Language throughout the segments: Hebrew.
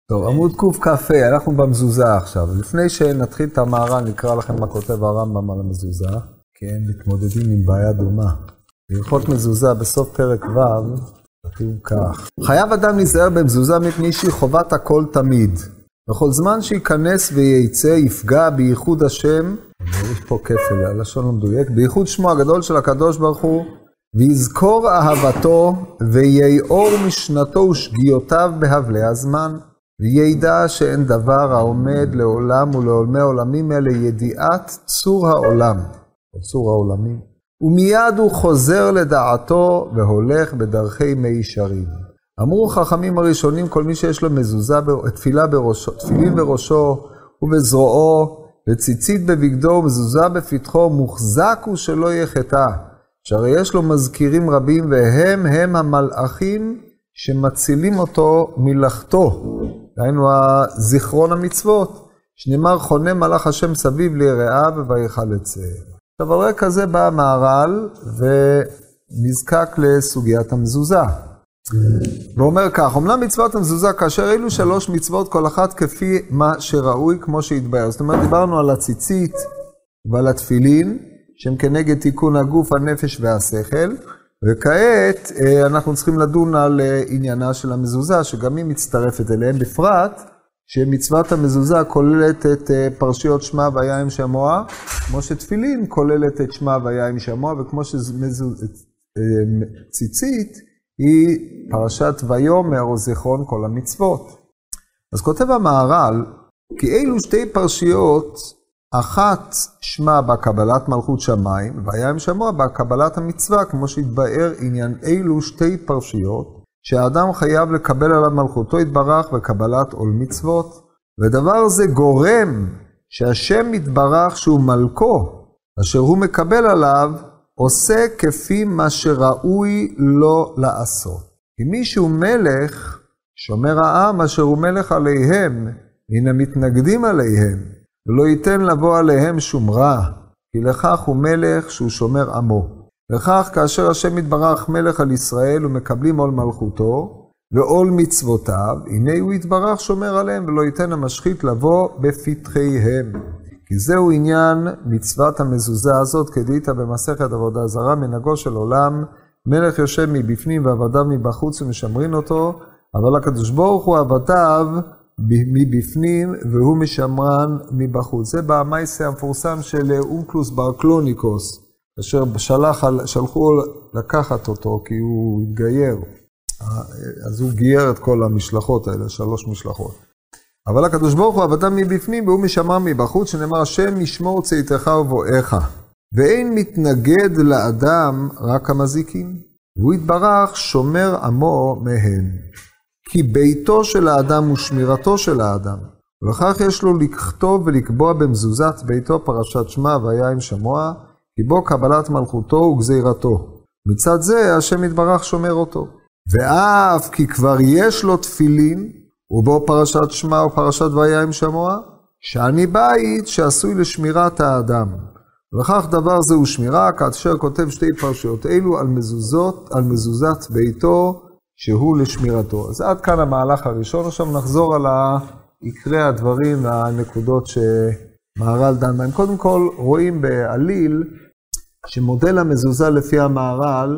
טוב, עמוד קכ"ה, אנחנו במזוזה עכשיו. לפני שנתחיל את המהר"ל, נקרא לכם מה כותב הרמב"ם על המזוזה, כי הם מתמודדים עם בעיה דומה. בהלכות מזוזה בסוף פרק ו' כתוב כך: חייב אדם להיזהר במזוזה מפני שהיא חובת הכל תמיד. בכל זמן שייכנס וייצא יפגע בייחוד השם, יש פה כפל, הלשון לא מדויק, בייחוד שמו הגדול של הקדוש ברוך הוא, ויזכור אהבתו ויאור משנתו ושגיאותיו בהבלי הזמן. וידע שאין דבר העומד לעולם ולעולמי עולמים אלה ידיעת צור העולם, או צור העולמים. ומיד הוא חוזר לדעתו והולך בדרכי מי ישרים. אמרו חכמים הראשונים, כל מי שיש לו מזוזה, תפילין בראשו ובזרועו, וציצית בבגדו ומזוזה בפתחו, מוחזק הוא שלא יחטא. שהרי יש לו מזכירים רבים, והם המלאכים שמצילים אותו מלאכתו. דהיינו זיכרון המצוות, שנאמר חונה מלאך השם סביב ליראיו ויכל לצא. עכשיו על רקע זה בא המהר"ל ונזקק לסוגיית המזוזה. ואומר כך: אומנם מצוות המזוזה כאשר אלו 3 מצוות כל אחת כפי מה שראוי כמו שהתבהר. זאת אומרת, דיברנו על הציצית ועל התפילין שהם כנגד תיקון הגוף, הנפש והשכל, וכעת אנחנו צריכים לדון על עניינה של המזוזה, שגם היא מצטרפת אליהם, בפרט שמצוות המזוזה כוללת את פרשיות שמע והיה עם שמוע, כמו שתפילין כוללת את שמע והיה עם שמוע, וכמו שציצית היא פרשת ויאמר או זיכרון כל המצוות. אז כותב המהר"ל, כי אלו 2 פרשיות, אחת שמע בקבלת מלכות שמיים, והיה עם שמוע בקבלת המצווה, כמו שהתבאר עניין אלו 2 פרשיות, שהאדם חייב לקבל עליו מלכותו יתברך וקבלת עול מצוות, ודבר זה גורם שהשם יתברך שהוא מלכו, אשר הוא מקבל עליו, עושה כפי מה שראוי לו לעשות. כי מי שהוא מלך, שומר העם אשר הוא מלך עליהם, מן המתנגדים עליהם, ולא ייתן לבוא עליהם שום רע, כי לכך הוא מלך שהוא שומר עמו. וכך כאשר השם יתברך מלך על ישראל ומקבלים עול מלכותו ועול מצוותיו, הנה הוא יתברך שומר עליהם ולא ייתן המשחית לבוא בפתחיהם. כי זהו עניין מצוות המזוזה הזאת, כדאית במסכת עבודה זרה, מנהגו של עולם, מלך יושב מבפנים ועבדיו מבחוץ ומשמרין אותו, אבל הקדוש ברוך הוא עבדיו מבפנים והוא משמרן מבחוץ. זה במעשה המפורסם של אונקלוס ברקלוניקוס, אשר שלחו לקחת אותו כי הוא התגייר. אז הוא גייר את כל המשלחות האלה, 3 משלחות. אבל הקדוש ברוך הוא עבדיו מבפנים והוא משמרן מבחוץ, שנאמר השם ישמור צאתך ובואך. ואין מתנגד לאדם רק המזיקים, והוא יתברך שומר עמו מהם. כי ביתו של האדם הוא שמירתו של האדם, ולכך יש לו לכתוב ולקבוע במזוזת ביתו פרשת שמע והיה עם שמוע, כי בו קבלת מלכותו וגזירתו. מצד זה השם יתברך שומר אותו. ואף כי כבר יש לו תפילין, ובו פרשת שמע ופרשת והיה עם שמוע, שאני בית שעשוי לשמירת האדם. ולכך דבר זה הוא שמירה, כאשר כותב 2 פרשיות אלו על מזוזת ביתו, שהוא לשמירתו. אז עד כאן המהלך הראשון. עכשיו נחזור על עיקרי הדברים והנקודות שמהר"ל דן בהם. קודם כל רואים בעליל שמודל המזוזה לפי המהר"ל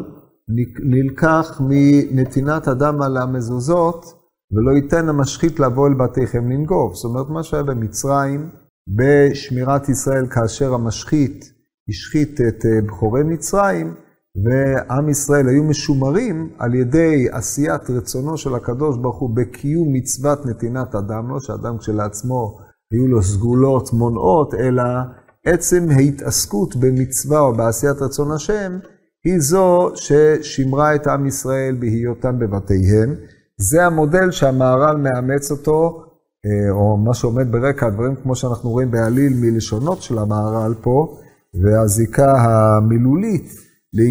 נלקח מנתינת אדם על המזוזות, ולא ייתן המשחית לבוא אל בתיכם לנגוב. זאת אומרת, מה שהיה במצרים, בשמירת ישראל, כאשר המשחית השחית את בכורי מצרים, ועם ישראל היו משומרים על ידי עשיית רצונו של הקדוש ברוך הוא בקיום מצוות נתינת אדם, לא שאדם כשלעצמו היו לו סגולות מונעות, אלא עצם ההתעסקות במצווה או בעשיית רצון השם, היא זו ששימרה את עם ישראל בהיותם בבתיהם. זה המודל שהמהר"ל מאמץ אותו, או מה שעומד ברקע הדברים כמו שאנחנו רואים בעליל מלשונות של המהר"ל פה, והזיקה המילולית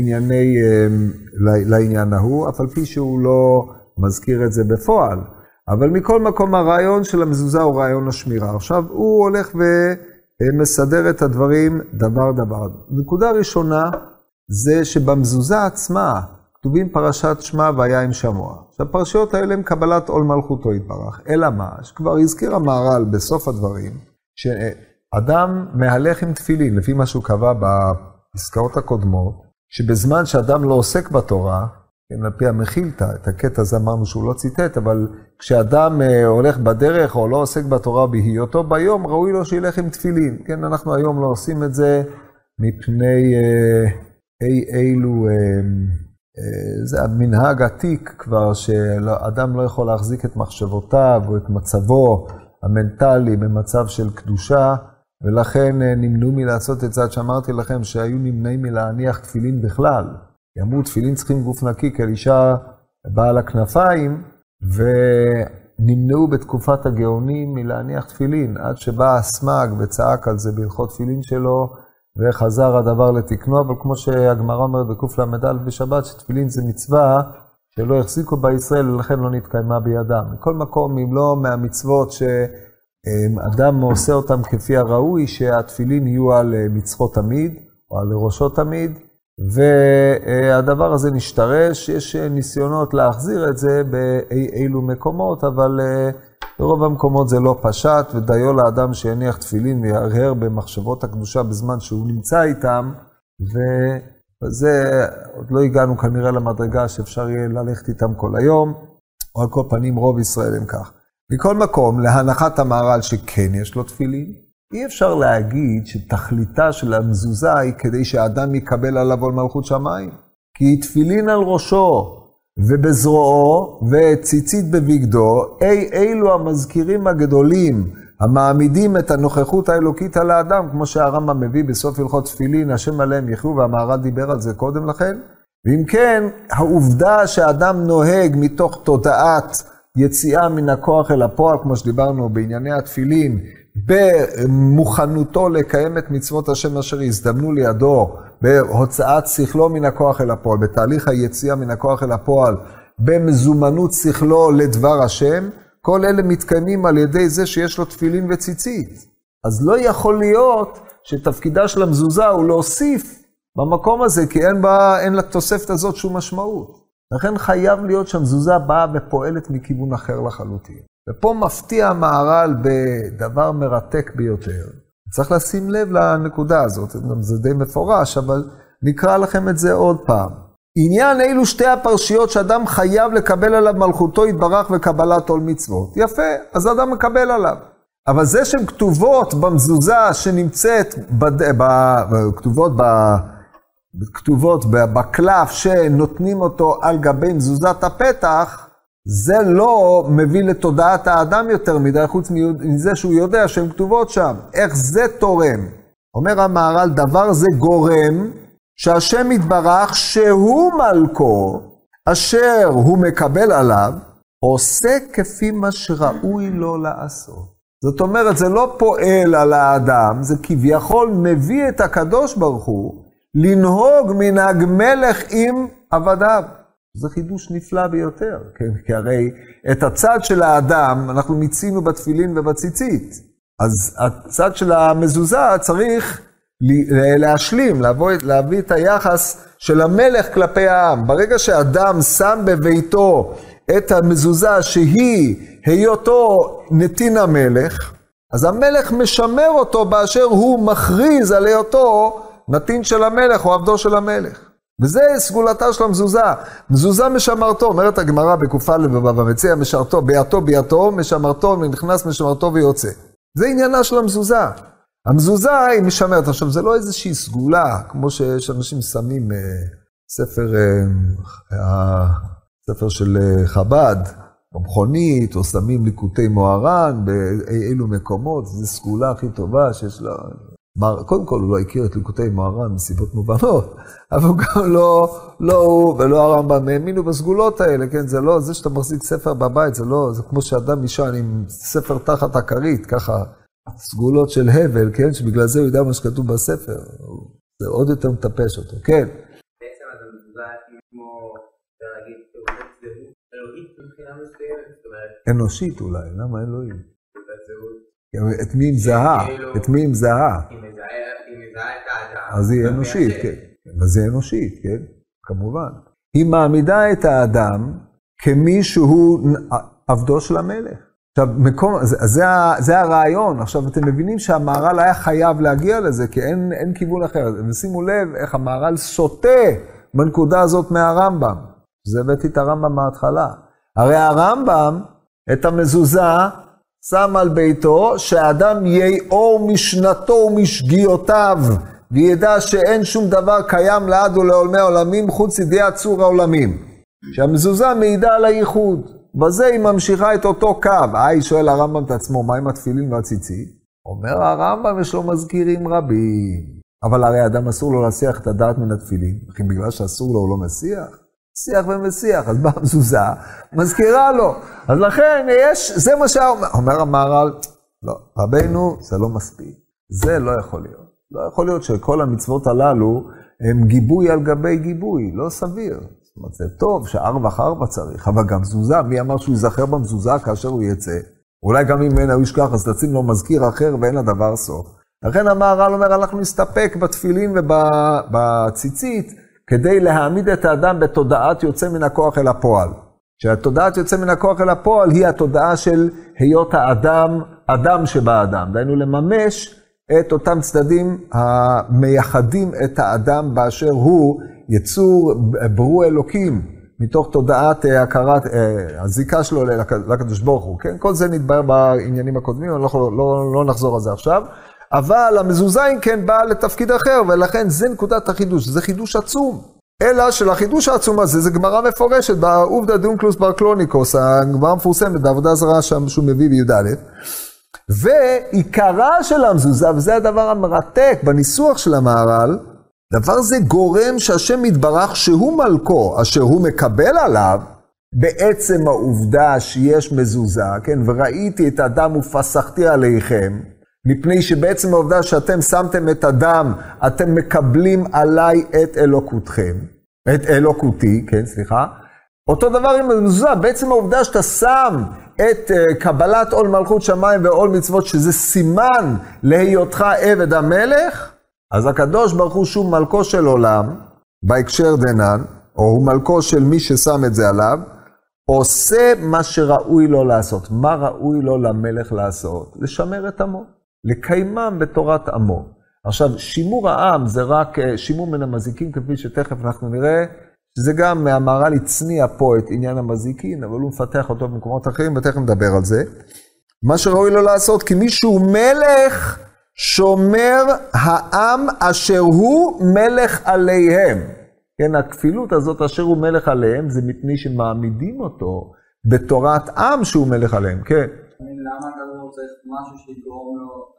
לעניין ההוא, אף על פי שהוא לא מזכיר את זה בפועל. אבל מכל מקום הרעיון של המזוזה הוא רעיון השמירה. עכשיו הוא הולך ומסדר את הדברים דבר דבר. נקודה ראשונה זה שבמזוזה עצמה כתובים פרשת שמע והיה עם שמוע. עכשיו, הפרשיות האלה הם קבלת עול מלכותו יתברך. אלא מה? שכבר הזכיר המהר"ל בסוף הדברים, שאדם מהלך עם תפילין, לפי מה שהוא קבע בפסקאות הקודמות, שבזמן שאדם לא עוסק בתורה, כן, על פי המחילתא, את הקטע הזה אמרנו שהוא לא ציטט, אבל כשאדם הולך בדרך או לא עוסק בתורה בהיותו ביום, ראוי לו שילך עם תפילין. כן, אנחנו היום לא עושים את זה מפני אילו, זה המנהג עתיק כבר, שאדם לא יכול להחזיק את מחשבותיו או את מצבו המנטלי במצב של קדושה, ולכן נמנעו מלעשות את זה, עד שאמרתי לכם שהיו נמנעים מלהניח תפילין בכלל. אמרו, תפילין צריכים גוף נקי, כי אישה באה לכנפיים, ונמנעו בתקופת הגאונים מלהניח תפילין, עד שבא הסמ"ג וצעק על זה בהלכות תפילין שלו, וחזר הדבר לתקנו, אבל כמו שהגמרא אומרת בקוף למד בשבת, שתפילין זה מצווה שלא החזיקו בישראל, ולכן לא נתקיימה בידם. מכל מקום, אם לא מהמצוות שאדם עושה אותם כפי הראוי, שהתפילין יהיו על מצחו תמיד, או על ראשו תמיד, והדבר הזה נשתרש. יש ניסיונות להחזיר את זה באילו מקומות, אבל ברוב המקומות זה לא פשט, ודיו לאדם שיניח תפילין ויהרהר במחשבות הקדושה בזמן שהוא נמצא איתם, וזה עוד לא הגענו כנראה למדרגה שאפשר יהיה ללכת איתם כל היום, או על כל פנים רוב ישראל הם כך. מכל מקום, להנחת המהר"ל שכן יש לו תפילין, אי אפשר להגיד שתכליתה של המזוזה היא כדי שהאדם יקבל עליו עול מלכות שמיים. כי תפילין על ראשו ובזרועו וציצית בבגדו, אילו המזכירים הגדולים המעמידים את הנוכחות האלוקית על האדם, כמו שהרמב"ם מביא בסוף הלכות תפילין, השם עליהם יחיו, והמהר"ל דיבר על זה קודם לכן. ואם כן, העובדה שהאדם נוהג מתוך תודעת יציאה מן הכוח אל הפועל, כמו שדיברנו בענייני התפילין, במוכנותו לקיים את מצוות השם אשר הזדמנו לידו, בהוצאת שכלו מן הכוח אל הפועל, בתהליך היציאה מן הכוח אל הפועל, במזומנות שכלו לדבר השם, כל אלה מתקיימים על ידי זה שיש לו תפילין וציצית. אז לא יכול להיות שתפקידה של המזוזה הוא להוסיף במקום הזה, כי אין לתוספת הזאת שום משמעות. לכן חייב להיות שהמזוזה באה ופועלת מכיוון אחר לחלוטין. ופה מפתיע המהר"ל בדבר מרתק ביותר. צריך לשים לב לנקודה הזאת, זה די מפורש, אבל נקרא לכם את זה עוד פעם. עניין אילו שתי הפרשיות שאדם חייב לקבל עליו מלכותו יתברך וקבלת עול מצוות. יפה, אז האדם מקבל עליו. אבל זה שהן כתובות במזוזה שנמצאת, כתובות בקלף שנותנים אותו על גבי מזוזת הפתח, זה לא מביא לתודעת האדם יותר מדי, חוץ מזה שהוא יודע שהן כתובות שם. איך זה תורם? אומר המהר"ל, דבר זה גורם שהשם יתברך שהוא מלכו, אשר הוא מקבל עליו, עושה כפי מה שראוי לו לעשות. זאת אומרת, זה לא פועל על האדם, זה כביכול מביא את הקדוש ברוך הוא לנהוג מנהג מלך עם עבדיו. זה חידוש נפלא ביותר, כן? כי הרי את הצד של האדם אנחנו מיצינו בתפילין ובציצית. אז הצד של המזוזה צריך להשלים, להביא את היחס של המלך כלפי העם. ברגע שאדם שם בביתו את המזוזה שהיא היותו נתין המלך, אז המלך משמר אותו באשר הוא מכריז על היותו נתין של המלך או עבדו של המלך. וזה סגולתה של המזוזה. מזוזה משמרתו, אומרת הגמרא בקופה לבבא מציע, משרתו, ביאתו, משמרתו, נכנס משמרתו ויוצא. זה עניינה של המזוזה. המזוזה היא משמרת. עכשיו, זה לא איזושהי סגולה, כמו שיש אנשים שמים ספר של חב"ד, במכונית, או שמים ליקוטי מוהר"ן, באילו מקומות, זו סגולה הכי טובה שיש לה. קודם כל הוא לא הכיר את ליקוטי מוהר"ן מסיבות מובנות, אבל גם לא הוא ולא הרמב"ם האמינו בסגולות האלה, כן? זה לא, זה שאתה מחזיק ספר בבית, זה לא, זה כמו שאדם ישן עם ספר תחת הכרית, ככה סגולות של הבל, כן? שבגלל זה הוא יודע מה שכתוב בספר, זה עוד יותר מטפש אותו, כן? בעצם אז המזוזה היא כמו, אפשר להגיד, זהות אלוהית מבחינה מסוימת, זאת אומרת... אנושית אולי, למה אלוהים? את מי היא מזהה? את מי היא מזהה? היא מזהה את האדם. אז היא אנושית, כן. אז היא אנושית, כן? כמובן. היא מעמידה את האדם כמי שהוא עבדו של המלך. עכשיו, זה הרעיון. עכשיו, אתם מבינים שהמהר"ל היה חייב להגיע לזה, כי אין כיוון אחר. ושימו לב איך המהר"ל סוטה בנקודה הזאת מהרמב"ם. זה הבאתי את הרמב"ם מההתחלה. הרי הרמב"ם, את המזוזה, שם על ביתו, שהאדם יאור משנתו ומשגיאותיו, וידע שאין שום דבר קיים לעד ולעולמי העולמים, חוץ ידיעת צור העולמים. שהמזוזה מעידה על הייחוד. בזה היא ממשיכה את אותו קו. שואל הרמב"ם את עצמו, מה עם התפילין והציצית? אומר הרמב"ם, יש לו מזכירים רבים. אבל הרי האדם אסור לו להסיח את הדעת מן התפילין. בגלל שאסור לו הוא לא מסיח. מסיח ומסיח, אז באה המזוזה, מזכירה לו. אז לכן זה מה שאומר המהר"ל, לא, רבינו, זה לא מספיק. זה לא יכול להיות. לא יכול להיות שכל המצוות הללו הם גיבוי על גבי גיבוי, לא סביר. זאת אומרת, זה טוב שארבע צריך, אבל גם מזוזה, מי אמר שהוא יזכר במזוזה כאשר הוא יצא? אולי גם אם אין הוא ישכח, אז תשים לו מזכיר אחר ואין לדבר סוף. לכן המהר"ל אומר, אנחנו נסתפק בתפילין ובציצית, כדי להעמיד את האדם בתודעת יוצא מן הכוח אל הפועל. שהתודעת יוצא מן הכוח אל הפועל היא התודעה של היות האדם, אדם שבאדם. דהיינו לממש את אותם צדדים המייחדים את האדם באשר הוא יצור ברוא אלוקים, מתוך תודעת הכרת, הזיקה שלו לקדוש ברוך הוא. כן? כל זה נתבהר בעניינים הקודמים, לא נחזור על זה עכשיו. אבל המזוזה אם כן באה לתפקיד אחר, ולכן זה נקודת החידוש, זה חידוש עצום. אלא שלחידוש העצום הזה, זה גמרא מפורשת, בעובדא דאונקלוס בר קלוניקוס, הגמרא המפורסמת בעבודה זרה שם שהוא מביא בי"א, ועיקרה של המזוזה, וזה הדבר המרתק בניסוח של המהר"ל, דבר זה גורם שהשם יתברך שהוא מלכו, אשר הוא מקבל עליו, בעצם העובדה שיש מזוזה, כן, וראיתי את הדם ופסחתי עליכם, מפני שבעצם העובדה שאתם שמתם את הדם, אתם מקבלים עליי את אלוקותכם, את אלוקותי, כן, סליחה. אותו דבר עם המזוזה, בעצם העובדה שאתה שם את קבלת עול מלכות שמיים ועול מצוות, שזה סימן להיותך עבד המלך, אז הקדוש ברוך הוא שוב מלכו של עולם, בהקשר דנן, או הוא מלכו של מי ששם את זה עליו, עושה מה שראוי לו לעשות. מה ראוי לו למלך לעשות? לשמר את עמו. לקיימם בתורת עמו. עכשיו, שימור העם זה רק שימור מן המזיקים, כפי שתכף אנחנו נראה, שזה גם מהמהר"ל הצניע פה את עניין המזיקין, אבל הוא מפתח אותו במקומות אחרים, ותכף נדבר על זה. מה שראוי לו לעשות, כי מישהו מלך שומר העם אשר הוא מלך עליהם. כן, הכפילות הזאת אשר הוא מלך עליהם, זה מפני שמעמידים אותו בתורת עם שהוא מלך עליהם, כן. למה אתה לא צריך משהו שיגרום לו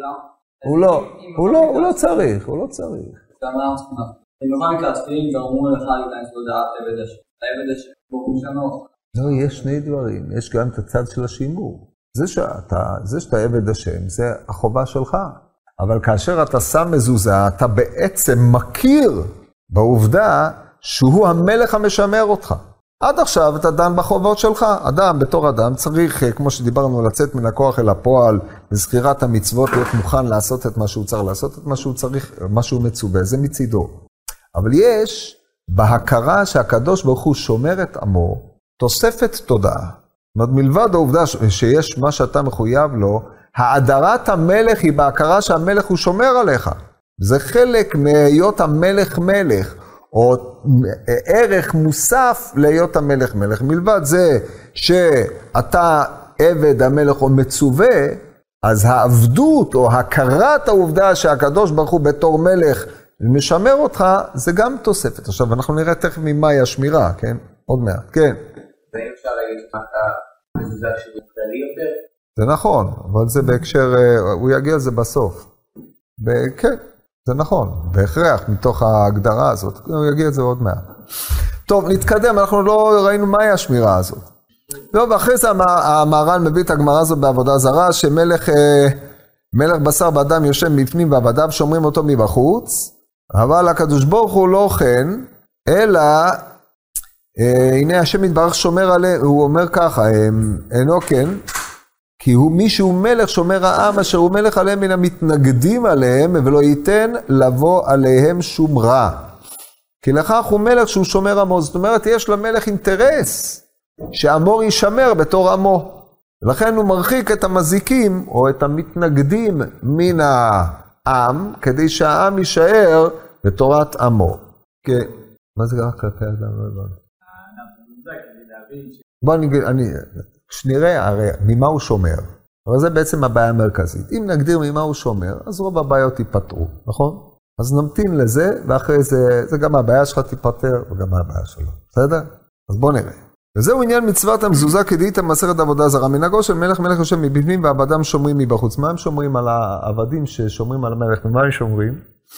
הוא לא צריך, הוא לא צריך. אתה אמרת, במיוחד כעצפים גרמו לך להיכנס לדעת עבד השם. העבד השם, הוא משנות. לא, יש שני דברים. יש גם את הצד של השימור. זה שאתה עבד השם, זה החובה שלך. אבל כאשר אתה שם מזוזה, אתה בעצם מכיר בעובדה שהוא המלך המשמר אותך. עד עכשיו אתה דן בחובות שלך. אדם בתור אדם צריך, כמו שדיברנו, לצאת מן הכוח אל הפועל, בזכירת המצוות, להיות מוכן לעשות את מה שהוא צריך, לעשות את מה שהוא צריך, מה שהוא מצווה, זה מצידו. אבל יש בהכרה שהקדוש ברוך הוא שומר את עמו, תוספת תודעה. זאת אומרת, מלבד העובדה שיש מה שאתה מחויב לו, האדרת המלך היא בהכרה שהמלך הוא שומר עליך. זה חלק מהיות המלך מלך. או ערך מוסף להיות המלך מלך. מלבד זה שאתה עבד המלך או מצווה, אז העבדות או הכרת העובדה שהקדוש ברוך הוא בתור מלך משמר אותך, זה גם תוספת. עכשיו אנחנו נראה תכף ממהי השמירה, כן? עוד מעט, כן. ואם אפשר להגיד שאתה מזוזה שהוא כללי יותר? זה נכון, אבל זה בהקשר, הוא יגיע לזה בסוף. כן. זה נכון, בהכרח מתוך ההגדרה הזאת, הוא יגיע את זה עוד מעט. טוב, נתקדם, אנחנו לא ראינו מהי השמירה הזאת. טוב, ואחרי זה המהר"ל מביא את הגמרא הזאת בעבודה זרה, שמלך בשר באדם יושב מפנים ועבדיו שומרים אותו מבחוץ, אבל הקדוש ברוך הוא לא כן, אלא הנה השם יתברך שומר עליהם, הוא אומר ככה, אינו כן, כי הוא מישהו מלך שומר העם אשר הוא מלך עליהם מן המתנגדים עליהם ולא ייתן לבוא עליהם שום רע. כי לכך הוא מלך שהוא שומר עמו. זאת אומרת, יש למלך אינטרס שעמו יישמר בתור עמו. ולכן הוא מרחיק את המזיקים או את המתנגדים מן העם, כדי שהעם יישאר בתורת עמו. כן. מה זה רק כלפי אדם? לא הבנתי. בוא שנראה הרי ממה הוא שומר. אבל זה בעצם הבעיה המרכזית. אם נגדיר ממה הוא שומר, אז רוב הבעיות ייפתרו, נכון? אז נמתין לזה, ואחרי זה גם הבעיה שלך תיפטר, וגם הבעיה שלו. בסדר? אז בוא נראה. וזהו עניין מצוות המזוזה כדאית המסכת עבודה זרה. מנהגו של מלך יושב מבפנים, ועבדם שומרים מבחוץ. מה הם שומרים על העבדים ששומרים על המלך? ומה הם שומרים?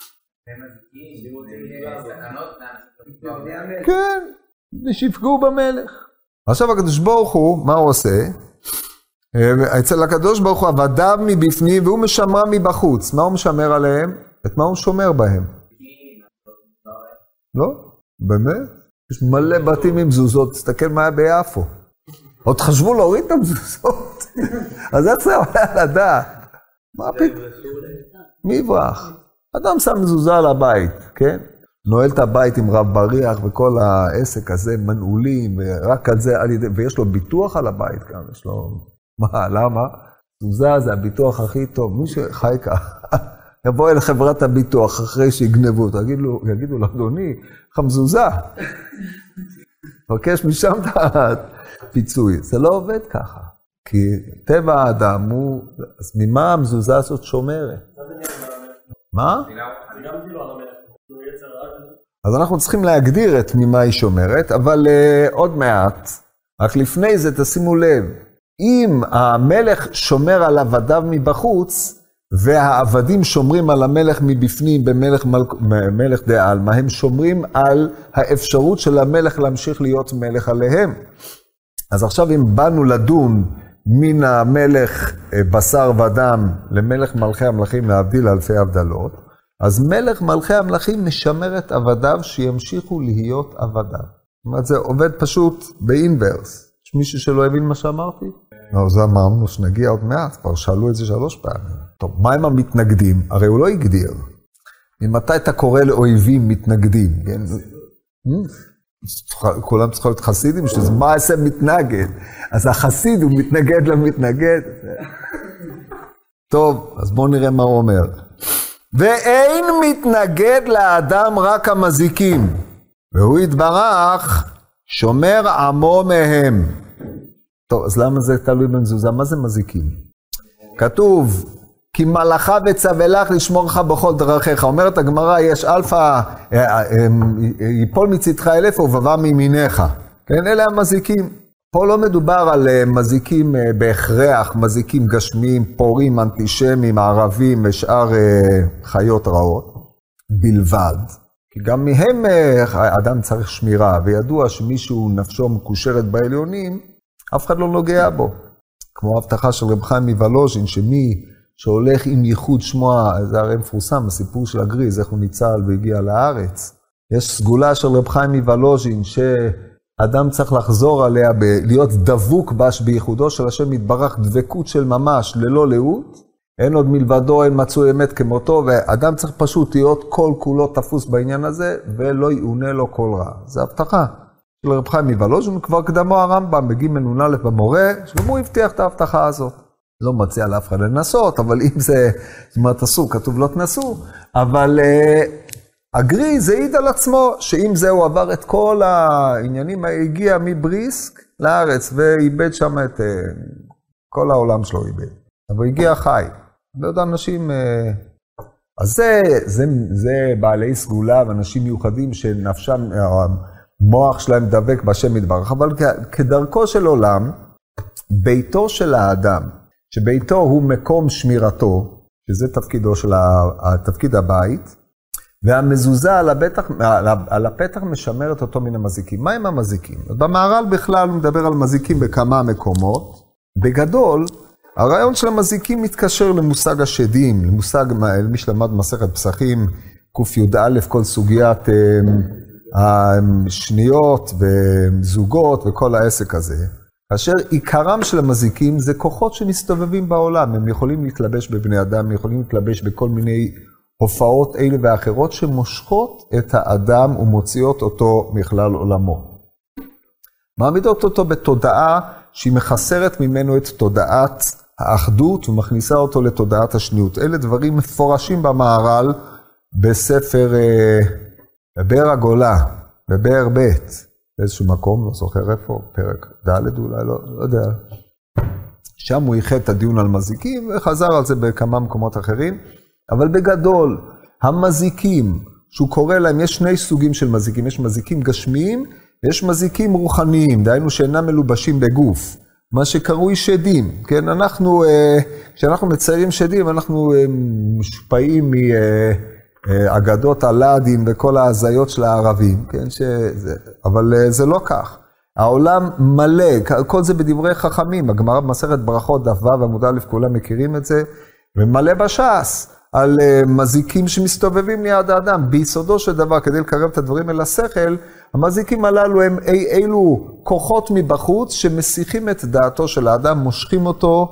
כן, ושיפגעו במלך. עכשיו הקדוש ברוך הוא, מה הוא עושה? אצל הקדוש ברוך הוא עבדיו מבפנים והוא משמרה מבחוץ. מה הוא משמר עליהם? את מה הוא שומר בהם? לא? באמת? יש מלא בתים עם מזוזות, תסתכל מה היה ביפו. עוד חשבו להוריד את המזוזות. אז איך זה עולה לדעת? מה פתאום? מי יברח? אדם שם מזוזה על הבית, כן? נועל את הבית עם רב בריח וכל העסק הזה מנעולים, ורק על זה, ויש לו ביטוח על הבית גם, יש לו... מה, למה? מזוזה זה הביטוח הכי טוב. מי שחי כך, יבוא אל חברת הביטוח אחרי שיגנבו אותו, יגידו לו, אדוני, איך המזוזה? מבקש משם את הפיצוי. זה לא עובד ככה. כי טבע האדם הוא, אז ממה המזוזה הזאת שומרת? מה? אז אנחנו צריכים להגדיר את ממה היא שומרת, אבל עוד מעט, רק לפני זה תשימו לב, אם המלך שומר על עבדיו מבחוץ, והעבדים שומרים על המלך מבפנים במלך דעלמא, הם שומרים על האפשרות של המלך להמשיך להיות מלך עליהם. אז עכשיו אם באנו לדון מן המלך בשר ודם למלך מלכי המלכים להבדיל אלפי הבדלות, אז מלך מלכי המלכים משמר את עבדיו שימשיכו להיות עבדיו. זאת אומרת, זה עובד פשוט באינברס. יש מישהו שלא הבין מה שאמרתי? לא, זה אמרנו שנגיע עוד מעט, כבר שאלו את זה 3 פעמים. טוב, מה עם המתנגדים? הרי הוא לא הגדיר. ממתי אתה קורא לאויבים מתנגדים? כולם צריכים להיות חסידים, שזה מה עשה מתנגד? אז החסיד הוא מתנגד למתנגד. טוב, אז בואו נראה מה הוא אומר. ואין מתנגד לאדם רק המזיקים, והוא יתברך שומר עמו מהם. טוב, אז למה זה תלוי במזוזה? מה זה מזיקים? כתוב, כי מלאכה וצווה לך לשמור לך בכל דרכיך. אומרת הגמרא, יש אלפא, ייפול מצדך 1000 ובבא מימינך. כן, אלה המזיקים. פה לא מדובר על מזיקים בהכרח, מזיקים גשמיים, פורים, אנטישמים, ערבים ושאר חיות רעות, בלבד. כי גם מהם האדם צריך שמירה, וידוע שמישהו נפשו מקושרת בעליונים, אף אחד לא נוגע בו. כמו ההבטחה של רב חיים מוולוז'ין, שמי שהולך עם ייחוד שמו, זה הרי מפורסם, הסיפור של הגריז, איך הוא ניצל והגיע לארץ. יש סגולה של רב חיים מוולוז'ין, שאדם צריך לחזור עליה, להיות דבוק בש בייחודו של השם יתברך, דבקות של ממש, ללא לאות. אין עוד מלבדו, אין מצוי אמת כמותו, ואדם צריך פשוט להיות כל כולו תפוס בעניין הזה, ולא יעונה לו כל רע. זה הבטחה. של רב חיים מוולוז'ין, כבר קדמו הרמב"ם בג' נ"א במורה, שגם הוא הבטיח את ההבטחה הזאת. לא מציע לאף אחד לנסות, אבל אם זה, זאת אומרת, עשו, כתוב לא תנסו, אבל הגרי זה העיד על עצמו, שאם זה הוא עבר את כל העניינים, הגיע מבריסק לארץ, ואיבד שם את כל העולם שלו איבד. אבל הגיע חי. ועוד אנשים, אז זה בעלי סגולה ואנשים מיוחדים שנפשם, המוח שלהם דבק בשם יתברך, אבל כדרכו של עולם, ביתו של האדם, שביתו הוא מקום שמירתו, שזה תפקידו של תפקיד הבית, והמזוזה על הפתח משמרת אותו מן המזיקים. מה עם המזיקים? במהר"ל בכלל הוא מדבר על מזיקים בכמה מקומות. בגדול, הרעיון של המזיקים מתקשר למושג השדים, למושג, מי שלמד מסכת פסחים, ק"יא, כל סוגיית השניות וזוגות וכל העסק הזה. כאשר עיקרם של המזיקים זה כוחות שמסתובבים בעולם, הם יכולים להתלבש בבני אדם, הם יכולים להתלבש בכל מיני הופעות אלה ואחרות שמושכות את האדם ומוציאות אותו מכלל עולמו. מעמידות אותו בתודעה שהיא מחסרת ממנו את תודעת האחדות ומכניסה אותו לתודעת השניות. אלה דברים מפורשים במהר"ל בספר בבאר הגולה, בבאר ב' באיזשהו מקום, לא זוכר איפה, פרק ד' אולי, לא יודע. שם הוא ייחד את הדיון על מזיקים וחזר על זה בכמה מקומות אחרים. אבל בגדול, המזיקים שהוא קורא להם, יש שני סוגים של מזיקים, יש מזיקים גשמיים ויש מזיקים רוחניים, דהיינו שאינם מלובשים בגוף, מה שקרוי שדים, כן? כשאנחנו מציירים שדים, אנחנו משפעים מאגדות הלאדים וכל ההזיות של הערבים, כן? אבל זה לא כך. העולם מלא, כל זה בדברי חכמים, הגמרא במסכת ברכות, דף ו' עמוד א', כולם מכירים את זה, ומלא בש"ס על מזיקים שמסתובבים ליד האדם. ביסודו של דבר, כדי לקרב את הדברים אל השכל, המזיקים הללו הם אילו כוחות מבחוץ שמסיחים את דעתו של האדם, מושכים אותו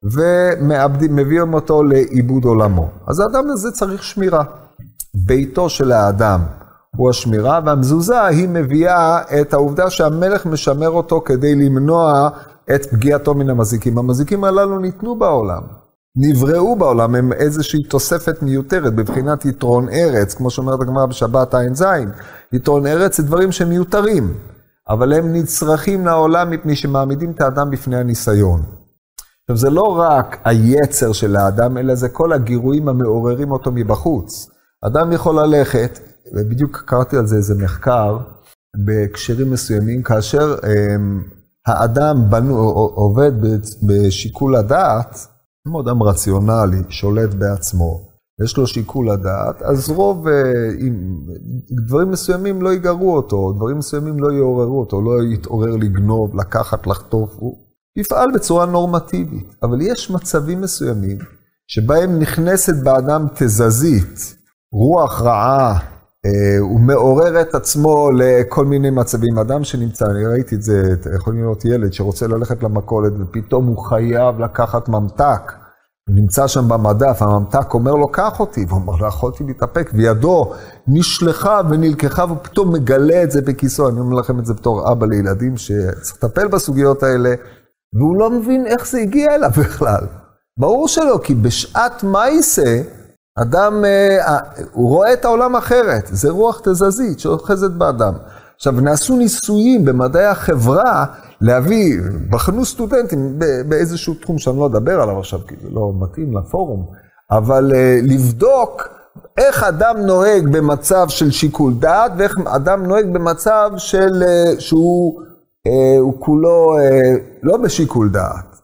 ומביאים אותו לאיבוד עולמו. אז האדם הזה צריך שמירה. ביתו של האדם הוא השמירה, והמזוזה היא מביאה את העובדה שהמלך משמר אותו כדי למנוע את פגיעתו מן המזיקים. המזיקים הללו ניתנו בעולם, נבראו בעולם, הם איזושהי תוספת מיותרת בבחינת יתרון ארץ, כמו שאומרת הגמרא בשבת ע"ז. יתרון ארץ זה דברים שמיותרים, אבל הם נצרכים לעולם מפני שמעמידים את האדם בפני הניסיון. עכשיו זה לא רק היצר של האדם, אלא זה כל הגירויים המעוררים אותו מבחוץ. אדם יכול ללכת, ובדיוק קראתי על זה איזה מחקר, בהקשרים מסוימים, כאשר האדם עובד בשיקול הדעת, הוא אדם רציונלי, שולט בעצמו, יש לו שיקול הדעת, אז רוב דברים מסוימים לא יגרו אותו, דברים מסוימים לא יעוררו אותו, לא יתעורר לגנוב, לקחת, לחטוף, הוא יפעל בצורה נורמטיבית. אבל יש מצבים מסוימים שבהם נכנסת באדם תזזית, רוח רעה, הוא מעורר את עצמו לכל מיני מצבים. אדם שנמצא, אני ראיתי את זה, יכול להיות ילד שרוצה ללכת למכולת ופתאום הוא חייב לקחת ממתק, הוא נמצא שם במדף, הממתק אומר לו קח אותי, והוא אומר לא יכולתי להתאפק, וידו נשלחה ונלקחה ופתאום מגלה את זה בכיסו. אני אומר לכם את זה בתור אבא לילדים שצריך לטפל בסוגיות האלה, והוא לא מבין איך זה הגיע אליו בכלל. ברור שלא, כי בשעת מייסה, אדם, הוא רואה את העולם אחרת, זה רוח תזזית שאוחזת באדם. עכשיו, נעשו ניסויים במדעי החברה להביא, בחנו סטודנטים באיזשהו תחום שאני לא אדבר עליו עכשיו, כי זה לא מתאים לפורום, אבל לבדוק איך אדם נוהג במצב של שיקול דעת, ואיך אדם נוהג במצב שהוא כולו לא בשיקול דעת.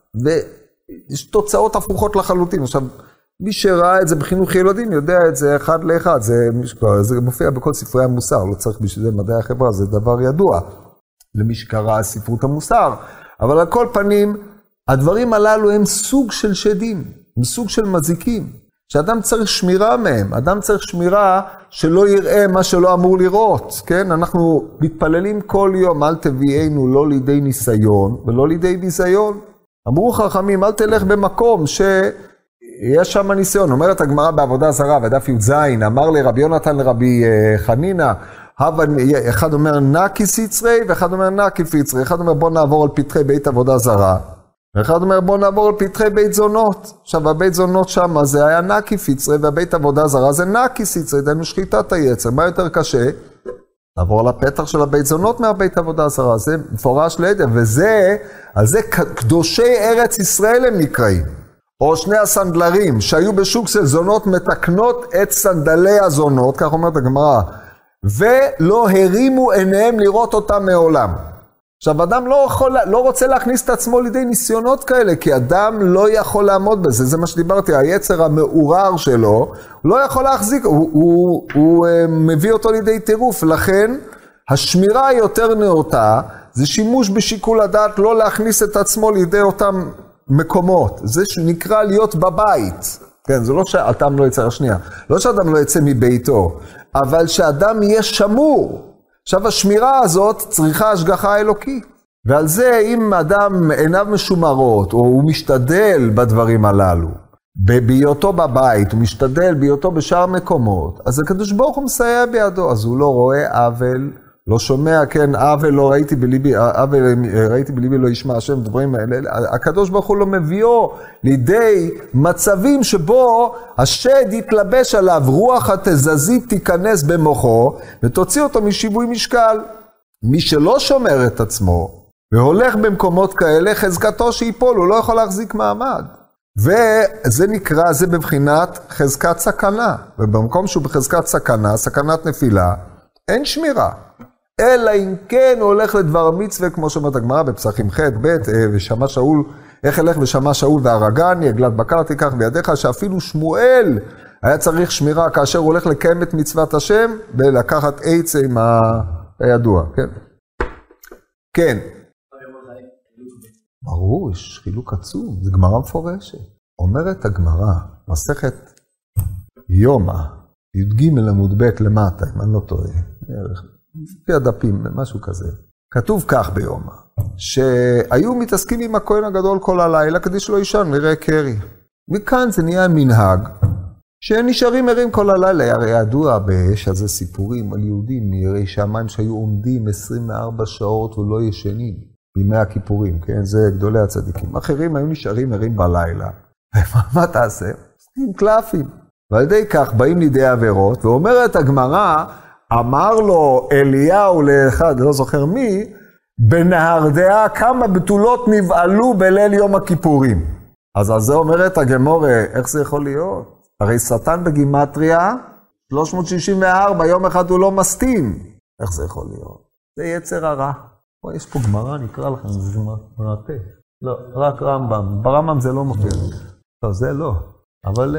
ויש תוצאות הפוכות לחלוטין. עכשיו, מי שראה את זה בחינוך ילדים יודע את זה אחד לאחד, זה מופיע בכל ספרי המוסר, לא צריך בשביל זה מדעי החברה, זה דבר ידוע למי שקרא ספרות המוסר, אבל על כל פנים, הדברים הללו הם סוג של שדים, הם סוג של מזיקים, שאדם צריך שמירה מהם, אדם צריך שמירה שלא יראה מה שלא אמור לראות, כן? אנחנו מתפללים כל יום, אל תביאנו לא לידי ניסיון ולא לידי ביזיון. אמרו חכמים, אל תלך במקום יש שם ניסיון. אומרת הגמרא בעבודה זרה, בדף י"ז, אמר לרבי יונתן לרבי חנינא, אחד אומר נקי סיצרי, ואחד אומר נקי פיצרי. אחד אומר בוא נעבור על פתחי בית עבודה זרה, ואחד אומר בוא נעבור על פתחי בית זונות. עכשיו הבית זונות שם זה היה נקי פיצרי, והבית עבודה זרה זה נקי סיצרי, דהיינו שחיטת היצר. מה יותר קשה? לעבור לפתח של הבית זונות מהבית עבודה זרה. זה מפורש לידע, וזה, על זה קדושי ארץ ישראל הם נקראים. או שני הסנדלרים שהיו בשוק של זונות מתקנות את סנדלי הזונות, כך אומרת הגמרא, ולא הרימו עיניהם לראות אותם מעולם. עכשיו, אדם לא רוצה להכניס את עצמו לידי ניסיונות כאלה, כי אדם לא יכול לעמוד בזה. זה מה שדיברתי, היצר המעורר שלו, הוא לא יכול להחזיק, הוא מביא אותו לידי טירוף. לכן, השמירה היותר נאותה, זה שימוש בשיקול הדעת, לא להכניס את עצמו לידי אותם מקומות. זה שנקרא להיות בבית. כן, זה לא שאדם לא יצא, השנייה, לא שאדם לא יצא מביתו, אבל שאדם יהיה שמור. עכשיו, השמירה הזאת צריכה השגחה אלוקית. ועל זה, אם אדם עיניו משומרות, או הוא משתדל בדברים הללו, בהיותו בבית, הוא משתדל בהיותו בשאר מקומות, אז הקדוש ברוך הוא מסייע בידו, אז הוא לא רואה עוול, לא שומע, כן, עוול לא ראיתי בליבי, עוול ראיתי בליבי לא ישמע השם, דברים האלה, הקדוש ברוך הוא לא מביאו לידי מצבים שבו השד יתלבש עליו, רוח התזזית תיכנס במוחו, ותוציא אותו משיווי משקל. מי שלא שומר את עצמו, והולך במקומות כאלה, חזקתו שיפול, הוא לא יכול להחזיק מעמד. וזה נקרא, זה בבחינת חזקת סכנה. ובמקום שהוא בחזקת סכנה, סכנת נפילה, אין שמירה. אלא אם כן הוא הולך לדבר מצווה, כמו שאומרת הגמרא בפסחים ח' ב', ושמע שאול, איך הלך ושמע שאול והרגני, עגלת בקר תיקח בידיך, שאפילו שמואל היה צריך שמירה כאשר הוא הולך לקיים את מצוות השם, ולקחת עץ עם הידוע, כן? כן. ברור, יש חילוק עצום, זה גמרא מפורשת. אומרת הגמרא, מסכת יומא, י"ג עמוד ב' למטה, אם אני לא טועה, לפי הדפים, משהו כזה. כתוב כך ביומא, שהיו מתעסקים עם הכהן הגדול כל הלילה, כדי שלא יישן, נראה קרי. מכאן זה נהיה מנהג, שהם נשארים ערים כל הלילה. הרי ידוע יש על זה סיפורים על יהודים, מיראי שמיים שהיו עומדים 24 שעות ולא ישנים. בימי הכיפורים, כן? זה גדולי הצדיקים. אחרים היו נשארים ערים בלילה. מה תעשה? עם קלפים. ועל ידי כך באים לידי עבירות, ואומרת הגמרא, אמר לו אליהו לאחד, לא זוכר מי, בנהרדעה כמה בתולות נבעלו בליל יום הכיפורים. אז על זה אומרת הגמורה, איך זה יכול להיות? הרי שטן בגימטריה, 364, יום אחד הוא לא מסתים. איך זה יכול להיות? זה יצר הרע. יש פה גמרא, נקרא לכם, זה מרתק. לא, רק רמב"ם. ברמב"ם זה לא מופיע. לא, זה לא. אבל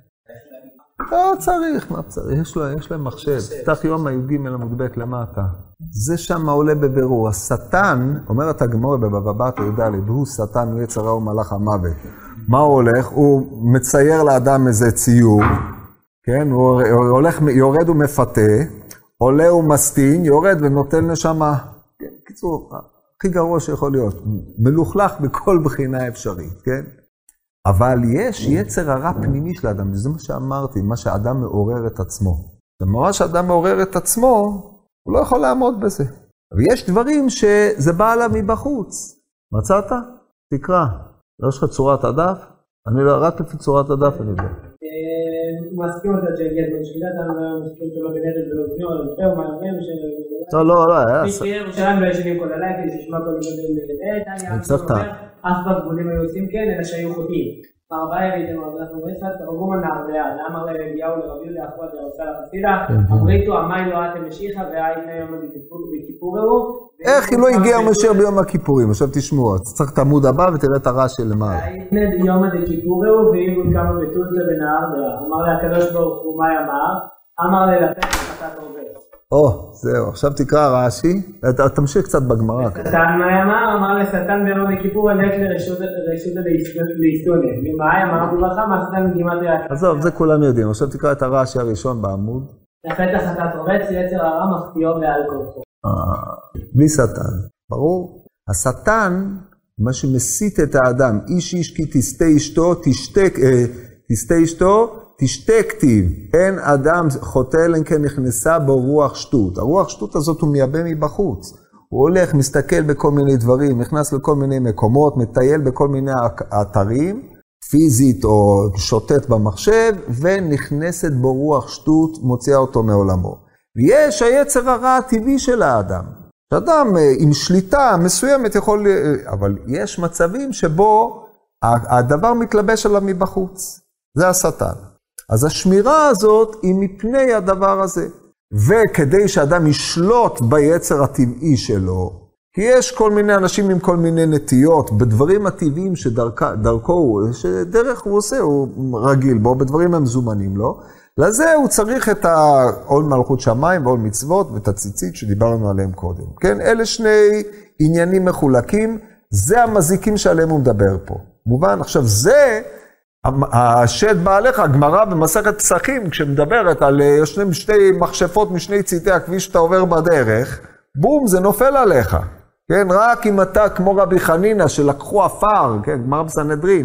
לא צריך, מה צריך? יש להם מחשב. פתח יום הי"ג עמוד ב' למטה. זה שם עולה בבירור. השטן, אומרת הגמרא בבבא בתרא י"ד, הוא שטן, הוא יצר הרע ומלאך המוות. מה הוא הולך? הוא מצייר לאדם איזה ציור, כן? הוא הולך, יורד ומפתה, עולה ומסטין, יורד ונוטל נשמה. קיצור, הכי גרוע שיכול להיות, מלוכלך בכל בחינה אפשרית, כן? אבל יש יצר הרע פנימי של האדם, וזה מה שאמרתי, מה שהאדם מעורר את עצמו. ומה שהאדם מעורר את עצמו, הוא לא יכול לעמוד בזה. ויש דברים שזה בא עליו מבחוץ. מצאת? תקרא. לא יש לך צורת הדף? אני לא, רק לפי צורת הדף אני יודע. הוא מסכים אותה שהגיע במשקילת, אני לא מסכים שלא בנדל ולא בניו, אבל יותר מהרבים של... לא, היה... מי שיהיה ירושלים לא ישנים כל הלילה, כדי שישמע כל גודל לדעת, אני אומר, אף בגבולים היו עושים כן, אלא שהיו חוטאים. הרביי ראיתם עבודת מורסת, תרגום הנהרדעה, אמר להם אליהו לרבי יהודה אחווה דרוסה לחסידה, אמריתו עמי לא אתם משיחה והייתה יום בכיפור הוא. איך היא לא הגיעה משיח ביום הכיפורים? עכשיו תשמעו, צריך את העמוד הבא ותראה את הרעש של למעלה. הייתה יום בכיפור הוא ואיבוד כמה בתולתא בנהרדעה. אמר לה הקדוש ברוך הוא מה אמר? אמר ללפת חטאת עובד. זהו, עכשיו תקרא רש"י, תמשיך קצת בגמרא. שטן מה אמר? אמר לשטן ביום בכיפור הלך לרשות להסתונן. ממה אמר ברכה? מה שטן מגימטריה? עזוב, זה כולם יודעים. עכשיו תקרא את הרש"י הראשון בעמוד. לפתח חטאת רובץ, יצר הרע מחטיאו בעל כורחו. בלי שטן, ברור? השטן, מה שמסית את האדם, איש כי תסתה אשתו, תשתה כתיב, אין אדם חוטא אלא כן נכנסה בו רוח שטות. הרוח שטות הזאת הוא מייבא מבחוץ. הוא הולך, מסתכל בכל מיני דברים, נכנס לכל מיני מקומות, מטייל בכל מיני אתרים, פיזית או שוטט במחשב, ונכנסת בו רוח שטות, מוציאה אותו מעולמו. ויש היצר הרע הטבעי של האדם. שאדם עם שליטה מסוימת יכול, אבל יש מצבים שבו הדבר מתלבש עליו מבחוץ. זה השטן. אז השמירה הזאת היא מפני הדבר הזה. וכדי שאדם ישלוט ביצר הטבעי שלו, כי יש כל מיני אנשים עם כל מיני נטיות, בדברים הטבעיים שדרכו הוא, שדרך הוא עושה, הוא רגיל בו, בדברים המזומנים לו, לזה הוא צריך את העול מלכות שמיים ועול מצוות ואת הציצית שדיברנו עליהם קודם. כן? אלה שני עניינים מחולקים, זה המזיקים שעליהם הוא מדבר פה. מובן? עכשיו זה... השד בא עליך, הגמרא במסכת פסחים, כשמדברת על ישנים שתי מכשפות משני צידי הכביש שאתה עובר בדרך, בום, זה נופל עליך. כן, רק אם אתה כמו רבי חנינא שלקחו אפר, כן, גמרא בסנהדרין,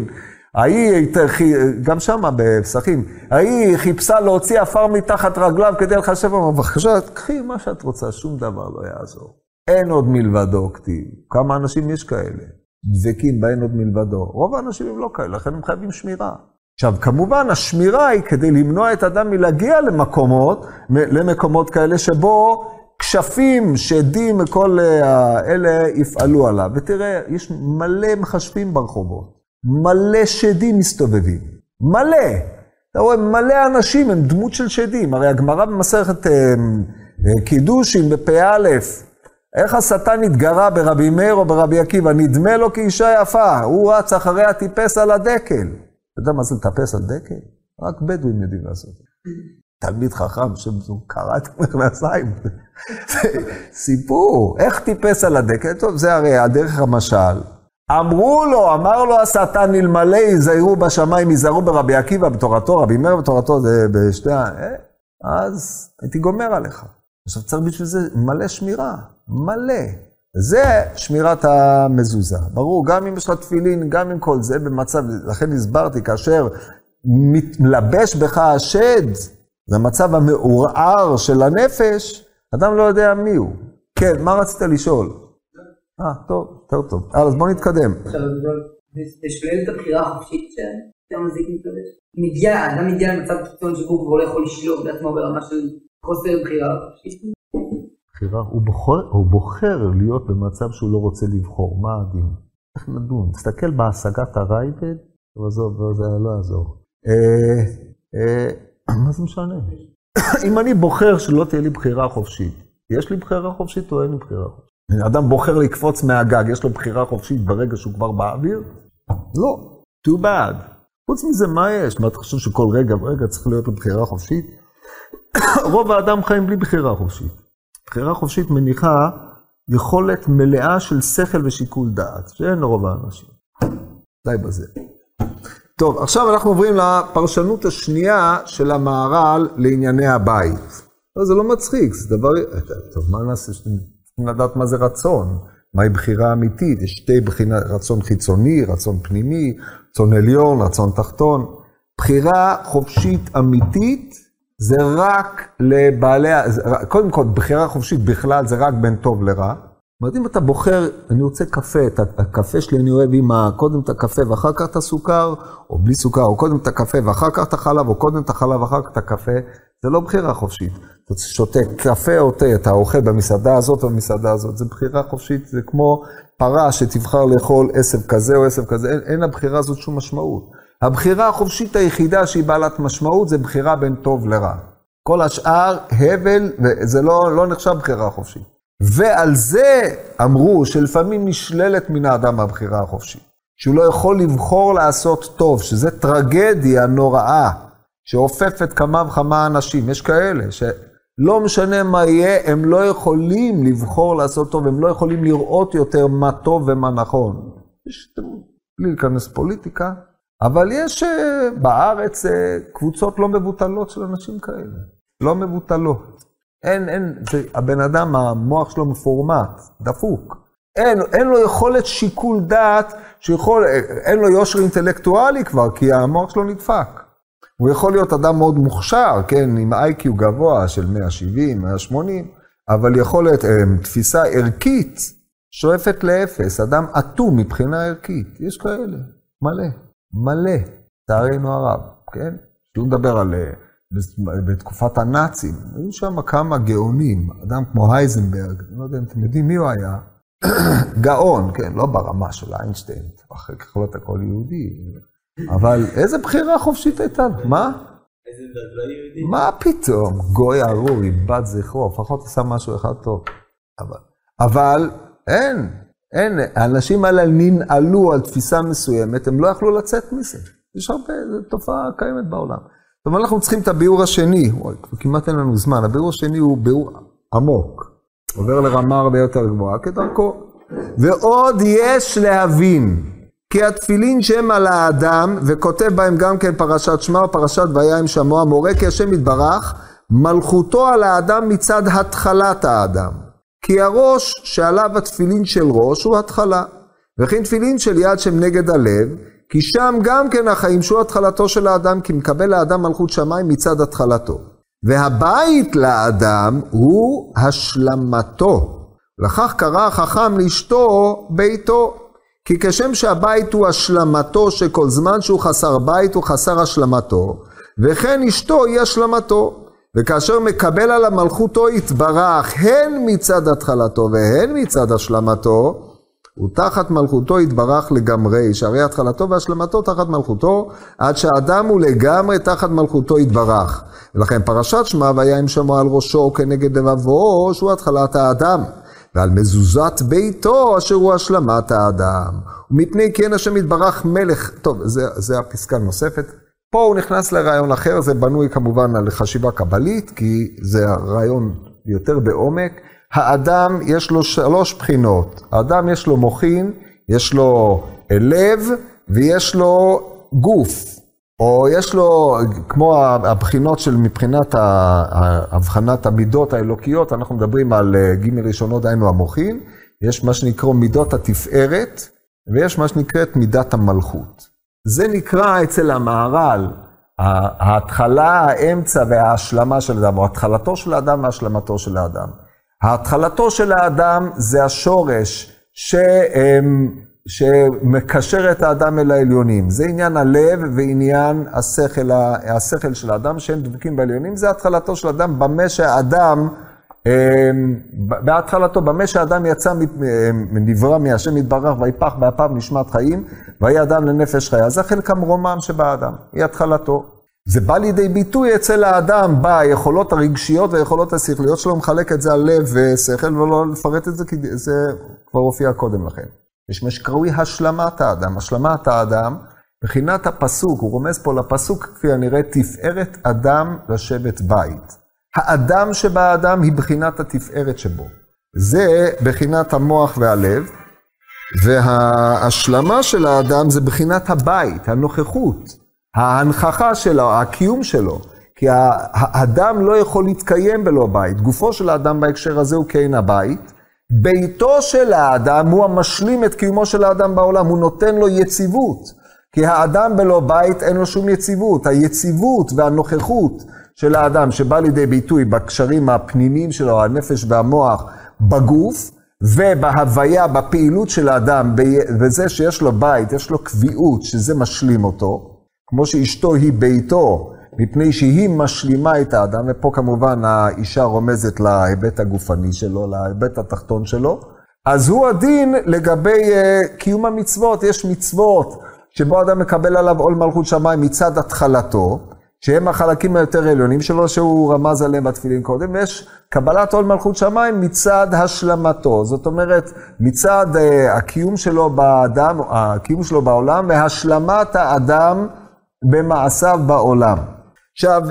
גם שם בפסחים, ההיא חיפשה להוציא אפר מתחת רגליו כדי לחשב, בבקשה, קחי מה שאת רוצה, שום דבר לא יעזור. אין עוד מלבדו כתיב. כמה אנשים יש כאלה? דבקים באין עוד מלבדו. רוב האנשים הם לא כאלה, לכן הם חייבים שמירה. עכשיו, כמובן, השמירה היא כדי למנוע את האדם מלהגיע למקומות כאלה שבו כשפים, שדים, כל האלה יפעלו עליו. ותראה, יש מלא מחשבים ברחובות. מלא שדים מסתובבים. מלא. אתה רואה, מלא אנשים הם דמות של שדים. הרי הגמרא במסכת קידושין בפ"א, איך השטן התגרה ברבי מאיר או ברבי עקיבא? נדמה לו כאישה יפה. הוא רץ אחריה טיפס על הדקל. אתה יודע מה זה לטפס על דקל? רק בדואים יודעים לעשות. תלמיד חכם שהוא קרא את המכנסיים. סיפור, איך טיפס על הדקל? טוב, זה הרי הדרך המשל. אמר לו השטן אלמלא יזהרו בשמיים, יזהרו ברבי עקיבא בתורתו, רבי מאיר בתורתו, זה בשתי אז הייתי גומר עליך. עכשיו צריך בשביל זה מלא שמירה, מלא. זה שמירת המזוזה. ברור, גם אם יש לך תפילין, גם עם כל זה במצב, לכן הסברתי, כאשר מתלבש בך השד, זה המצב המעורער של הנפש, אדם לא יודע מי הוא. כן, מה רצית לשאול? טוב, יותר טוב. אז בוא נתקדם. עכשיו, זה שולל את הבחירה החופשית שאתה מזיק מתלבש. האדם מגיע למצב קיצון שבו הוא כבר לא יכול לשלוט בעצמו ברמה של חוסר בחירה חופשית. בחירה, הוא בוחר להיות במצב שהוא לא רוצה לבחור. מה הדין? איך נדון? תסתכל בהשגת הרייבד, ועזוב, זה לא יעזור. מה זה משנה? אם אני בוחר שלא תהיה לי בחירה חופשית, יש לי בחירה חופשית או אין לי בחירה חופשית? אדם בוחר לקפוץ מהגג, יש לו בחירה חופשית ברגע שהוא כבר באוויר? לא, too bad. חוץ מזה, מה יש? מה אתה חושב שכל רגע ורגע צריך להיות לו בחירה חופשית? רוב האדם חיים בלי בחירה חופשית. בחירה חופשית מניחה יכולת מלאה של שכל ושיקול דעת, שאין לרוב האנשים. די בזה. טוב, עכשיו אנחנו עוברים לפרשנות השנייה של המהר"ל לענייני הבית. זה לא מצחיק, זה דבר... טוב, מה נעשה? צריכים לדעת מה זה רצון, מהי בחירה אמיתית. יש שתי בחינות, רצון חיצוני, רצון פנימי, רצון עליון, רצון תחתון. בחירה חופשית אמיתית זה רק לבעלי... קודם כל, בחירה חופשית בכלל זה רק בין טוב לרע. זאת אומרת, אם אתה בוחר, אני רוצה קפה, את הקפה שלי אני אוהב עם קודם את הקפה ואחר כך את הסוכר, או בלי סוכר, או קודם את הקפה ואחר כך את החלב, או קודם את החלב ואחר כך את הקפה, זה לא בחירה חופשית. אתה שותה קפה או תה, אתה אוכל במסעדה הזאת או במסעדה הזאת, זה בחירה חופשית, זה כמו פרה שתבחר לאכול עשב כזה או עשב כזה, אין לבחירה הזאת שום משמעות. הבחירה החופשית היחידה שהיא בעלת משמעות, זה בחירה בין טוב לרע. כל השאר, הבל, וזה לא נחשב בחירה חופשית. ועל זה אמרו שלפעמים נשללת מן האדם הבחירה החופשית. שהוא לא יכול לבחור לעשות טוב, שזה טרגדיה נוראה, שהופפת כמה וכמה אנשים. יש כאלה שלא משנה מה יהיה, הם לא יכולים לבחור לעשות טוב, הם לא יכולים לראות יותר מה טוב ומה נכון. יש בלי להיכנס פוליטיקה, אבל יש בארץ קבוצות לא מבוטלות של אנשים כאלה. לא מבוטלות. הבן אדם, המוח שלו מפורמט, דפוק. אין לו יכולת שיקול דעת, אין לו יושר אינטלקטואלי כבר, כי המוח שלו נדפק. הוא יכול להיות אדם מאוד מוכשר, כן, עם איי-קיו גבוה של 170, 180, אבל יכולת, תפיסה ערכית, שואפת לאפס, אדם אטום מבחינה ערכית. יש כאלה, מלא, תארינו הרב, כן? שהוא מדבר על... בתקופת הנאצים, היו שם כמה גאונים, אדם כמו הייזנברג, אני לא יודע אם אתם יודעים מי הוא היה, גאון, כן, לא ברמה של איינשטיין, אחרי ככלות הכל יהודי, אבל איזה בחירה חופשית הייתה? מה? הייזנברג לא יהודי? מה פתאום? גוי ארור, איבד זכרו, לפחות עשה משהו אחד טוב. אבל אין, האנשים האלה ננעלו על תפיסה מסוימת, הם לא יכלו לצאת מזה. יש הרבה, זו תופעה קיימת בעולם. זאת אומרת, אנחנו צריכים את הביאור השני, כמעט אין לנו זמן, הביאור השני הוא ביאור עמוק, עובר לרמה הרבה יותר גבוהה כדרכו. ועוד יש להבין, כי התפילין שהם על האדם, וכותב בהם גם כן פרשת שמע ופרשת והיה עם שמוע, מורה כי השם יתברך, מלכותו על האדם מצד התחלת האדם. כי הראש שעליו התפילין של ראש הוא התחלה, וכן תפילין של יד שהם נגד הלב, כי שם גם כן החיים שהוא התחלתו של האדם, כי מקבל האדם מלכות שמיים מצד התחלתו. והבית לאדם הוא השלמתו. לכך קרא החכם לאשתו ביתו. כי כשם שהבית הוא השלמתו, שכל זמן שהוא חסר בית הוא חסר השלמתו, וכן אשתו היא השלמתו. וכאשר מקבל על המלכותו יתברך, הן מצד התחלתו והן מצד השלמתו, הוא תחת מלכותו יתברך לגמרי, שהרי התחלתו והשלמתו תחת מלכותו, עד שהאדם הוא לגמרי תחת מלכותו יתברך. ולכן פרשת שמע והיה עם שמו על ראשו כנגד לבבו, שהוא התחלת האדם, ועל מזוזת ביתו אשר הוא השלמת האדם. ומפני כן השם יתברך מלך, טוב, זה הפסקה נוספת. פה הוא נכנס לרעיון אחר, זה בנוי כמובן על חשיבה קבלית, כי זה רעיון יותר בעומק. האדם יש לו 3 בחינות. האדם יש לו מוחין, יש לו לב ויש לו גוף. או יש לו, כמו הבחינות של מבחינת הבחנת המידות האלוקיות, אנחנו מדברים על ג' ראשונות, דהיינו המוחין, יש מה שנקרא מידות התפארת, ויש מה שנקראת מידת המלכות. זה נקרא אצל המהר"ל, ההתחלה, האמצע וההשלמה של האדם, או התחלתו של האדם והשלמתו של האדם. ההתחלתו של האדם זה השורש שמקשר את האדם אל העליונים. זה עניין הלב ועניין השכל של האדם, שהם דבקים בעליונים. זה התחלתו של האדם במה שהאדם, בהתחלתו, במה שהאדם יצא נברא מהשם יתברך ויפח באפיו נשמת חיים, והיה אדם לנפש חיה. זה חלק המרומם שבאדם, היא התחלתו. זה בא לידי ביטוי אצל האדם, ביכולות הרגשיות והיכולות השכליות שלו, מחלק את זה על לב ושכל, ולא לפרט את זה, כי זה כבר הופיע קודם לכן. יש מה שקרוי השלמת האדם. השלמת האדם, בחינת הפסוק, הוא רומז פה לפסוק, כפי הנראה, תפארת אדם לשבת בית. האדם שבאדם היא בחינת התפארת שבו. זה בחינת המוח והלב, וההשלמה של האדם זה בחינת הבית, הנוכחות. ההנכחה שלו, הקיום שלו, כי האדם לא יכול להתקיים בלא בית. גופו של האדם בהקשר הזה הוא כאין הבית. ביתו של האדם הוא המשלים את קיומו של האדם בעולם, הוא נותן לו יציבות. כי האדם בלא בית אין לו שום יציבות. היציבות והנוכחות של האדם שבא לידי ביטוי בקשרים הפנימיים שלו, הנפש והמוח, בגוף, ובהוויה, בפעילות של האדם, וזה שיש לו בית, יש לו קביעות, שזה משלים אותו. כמו שאשתו היא ביתו, מפני שהיא משלימה את האדם, ופה כמובן האישה רומזת להיבט הגופני שלו, להיבט התחתון שלו, אז הוא הדין לגבי קיום המצוות. יש מצוות שבו האדם מקבל עליו עול מלכות שמיים מצד התחלתו, שהם החלקים היותר עליונים שלו, שהוא רמז עליהם בתפילין קודם, ויש קבלת עול מלכות שמיים מצד השלמתו. זאת אומרת, מצד הקיום שלו באדם, הקיום שלו בעולם, והשלמת האדם במעשיו בעולם. עכשיו,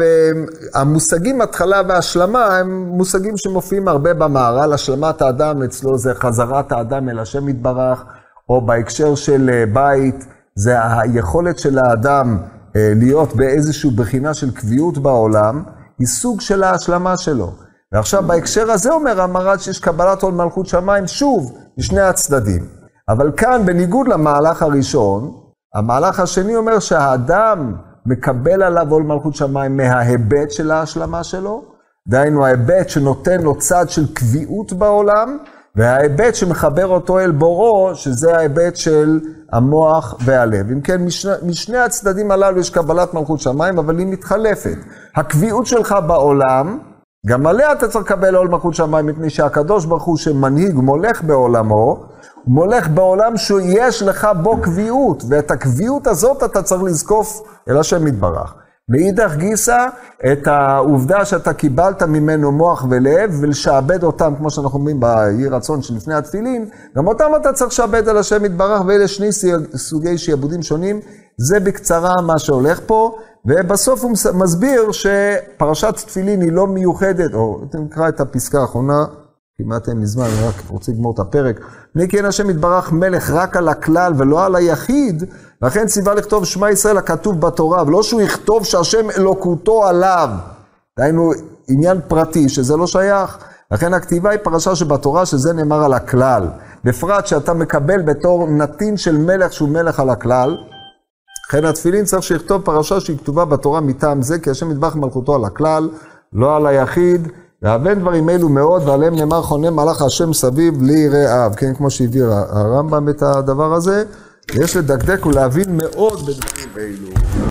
המושגים התחלה והשלמה הם מושגים שמופיעים הרבה במהר"ל. השלמת האדם אצלו זה חזרת האדם אל השם יתברך, או בהקשר של בית, זה היכולת של האדם להיות באיזושהי בחינה של קביעות בעולם, היא סוג של ההשלמה שלו. ועכשיו בהקשר הזה אומר המהר"ל שיש קבלת עול מלכות שמיים, שוב, משני הצדדים. אבל כאן, בניגוד למהלך הראשון, המהלך השני אומר שהאדם מקבל עליו עול מלכות שמיים מההיבט של ההשלמה שלו, דהיינו ההיבט שנותן לו צד של קביעות בעולם, וההיבט שמחבר אותו אל בוראו, שזה ההיבט של המוח והלב. אם כן, משני הצדדים הללו יש קבלת מלכות שמיים, אבל היא מתחלפת. הקביעות שלך בעולם, גם עליה אתה צריך לקבל עול מלכות שמיים, מפני שהקדוש ברוך הוא שמנהיג מולך בעולמו, הוא מולך בעולם שיש לך בו קביעות, ואת הקביעות הזאת אתה צריך לזקוף אל השם יתברך. מאידך גיסא, את העובדה שאתה קיבלת ממנו מוח ולב, ולשעבד אותם, כמו שאנחנו אומרים ביהי רצון שלפני התפילין, גם אותם אתה צריך לשעבד אל השם יתברך, ואלה שני סוגי שיעבודים שונים. זה בקצרה מה שהולך פה, ובסוף הוא מסביר שפרשת תפילין היא לא מיוחדת, או נקרא את הפסקה האחרונה, כמעט אין לי זמן, אני רק רוצה לגמור את הפרק. בני כן השם יתברך מלך רק על הכלל ולא על היחיד, לכן ציווה לכתוב שמע ישראל הכתוב בתורה, ולא שהוא יכתוב שהשם אלוקותו עליו. דהיינו עניין פרטי שזה לא שייך. לכן הכתיבה היא פרשה שבתורה שזה נאמר על הכלל. בפרט שאתה מקבל בתור נתין של מלך שהוא מלך על הכלל, לכן התפילין צריך שיכתוב פרשה שהיא כתובה בתורה מטעם זה, כי השם יתברך מלכותו על הכלל, לא על היחיד, והבן דברים אלו מאוד, ועליהם נאמר חונן מלאך השם סביב ליראיו, כן, כמו שהביא הרמב"ם את הדבר הזה, יש לדקדק ולהבין מאוד בדברים אלו.